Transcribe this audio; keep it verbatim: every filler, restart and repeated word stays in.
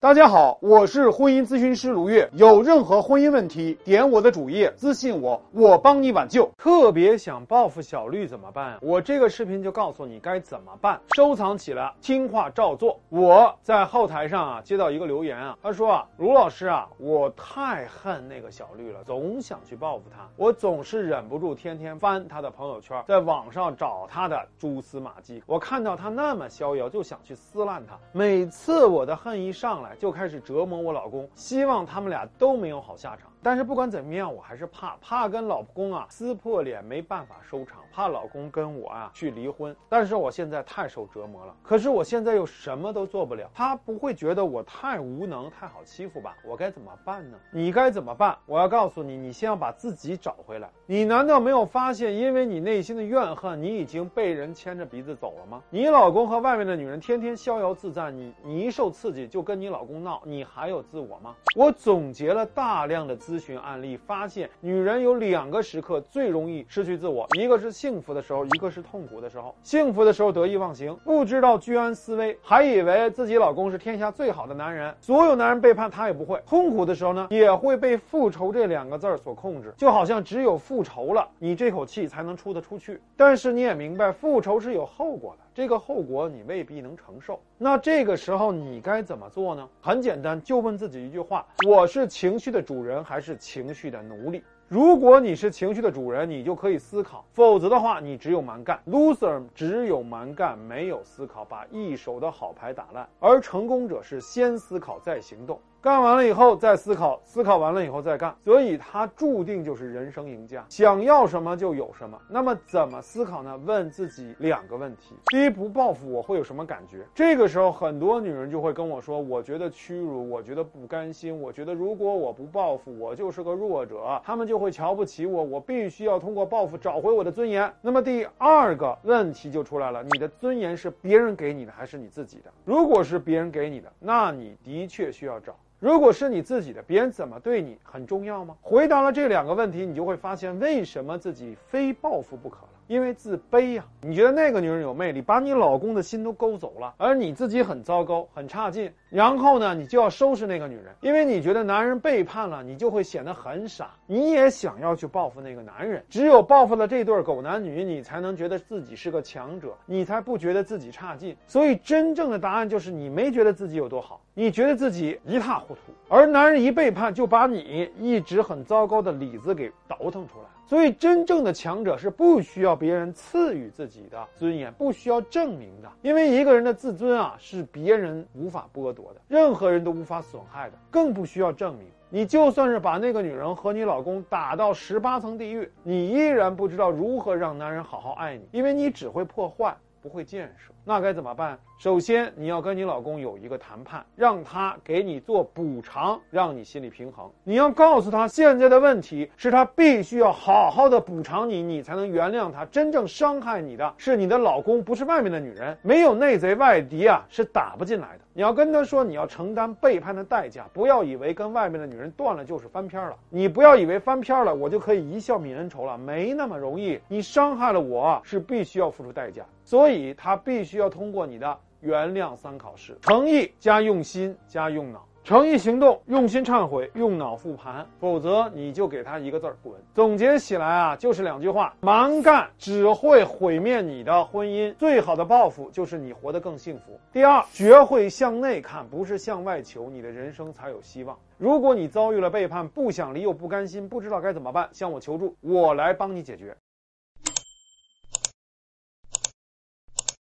大家好，我是婚姻咨询师卢月。有任何婚姻问题，点我的主页私信我，我帮你挽救。特别想报复小绿怎么办？我这个视频就告诉你该怎么办，收藏起来，听话照做。我在后台上啊接到一个留言啊，他说啊，卢老师啊，我太恨那个小绿了，总想去报复他，我总是忍不住天天翻他的朋友圈，在网上找他的蛛丝马迹。我看到他那么逍遥，就想去撕烂他。每次我的恨一上来，就开始折磨我老公，希望他们俩都没有好下场。但是不管怎么样，我还是怕怕跟老公啊撕破脸，没办法收场，怕老公跟我啊去离婚。但是我现在太受折磨了，可是我现在又什么都做不了。他不会觉得我太无能太好欺负吧？我该怎么办呢？你该怎么办？我要告诉你，你先要把自己找回来。你难道没有发现，因为你内心的怨恨，你已经被人牵着鼻子走了吗？你老公和外面的女人天天逍遥自在，你你一受刺激就跟你老公闹，你还有自我吗？我总结了大量的咨询案例，发现女人有两个时刻最容易失去自我，一个是幸福的时候，一个是痛苦的时候。幸福的时候得意忘形，不知道居安思危，还以为自己老公是天下最好的男人，所有男人背叛他也不会。痛苦的时候呢，也会被复仇这两个字儿所控制，就好像只有复仇了，你这口气才能出得出去。但是你也明白，复仇是有后果的，这个后果你未必能承受。那这个时候你该怎么做呢？很简单，就问自己一句话：我是情绪的主人还是情绪的奴隶？如果你是情绪的主人，你就可以思考，否则的话你只有蛮干。 loser 只有蛮干，没有思考，把一手的好牌打烂。而成功者是先思考再行动，干完了以后再思考，思考完了以后再干，所以他注定就是人生赢家，想要什么就有什么。那么怎么思考呢？问自己两个问题：第一，不报复我会有什么感觉？这个时候很多女人就会跟我说，我觉得屈辱，我觉得不甘心，我觉得如果我不报复，我就是个弱者，他们就会瞧不起我，我必须要通过报复找回我的尊严。那么第二个问题就出来了，你的尊严是别人给你的还是你自己的？如果是别人给你的，那你的确需要找。如果是你自己的，别人怎么对你很重要吗？回答了这两个问题，你就会发现为什么自己非报复不可了。因为自卑呀、啊，你觉得那个女人有魅力，把你老公的心都勾走了，而你自己很糟糕，很差劲。然后呢，你就要收拾那个女人，因为你觉得男人背叛了，你就会显得很傻。你也想要去报复那个男人，只有报复了这对狗男女，你才能觉得自己是个强者，你才不觉得自己差劲。所以真正的答案就是你没觉得自己有多好，你觉得自己一塌糊涂，而男人一背叛就把你一直很糟糕的里子给倒腾出来。所以真正的强者是不需要别人赐予自己的尊严，不需要证明的，因为一个人的自尊啊是别人无法剥夺的，任何人都无法损害的，更不需要证明。你就算是把那个女人和你老公打到十八层地狱，你依然不知道如何让男人好好爱你，因为你只会破坏，不会建设。那该怎么办？首先你要跟你老公有一个谈判，让他给你做补偿，让你心里平衡。你要告诉他，现在的问题是他必须要好好的补偿你，你才能原谅他。真正伤害你的是你的老公，不是外面的女人。没有内贼外敌啊，是打不进来的。你要跟他说，你要承担背叛的代价，不要以为跟外面的女人断了就是翻篇了。你不要以为翻篇了我就可以一笑泯恩仇了，没那么容易。你伤害了我是必须要付出代价，所以他必须要通过你的原谅三考试：诚意加用心加用脑。诚意行动，用心忏悔，用脑复盘，否则你就给他一个字儿：滚。总结起来啊，就是两句话：蛮干只会毁灭你的婚姻，最好的报复就是你活得更幸福。第二，学会向内看，不是向外求，你的人生才有希望。如果你遭遇了背叛，不想离又不甘心，不知道该怎么办，向我求助，我来帮你解决。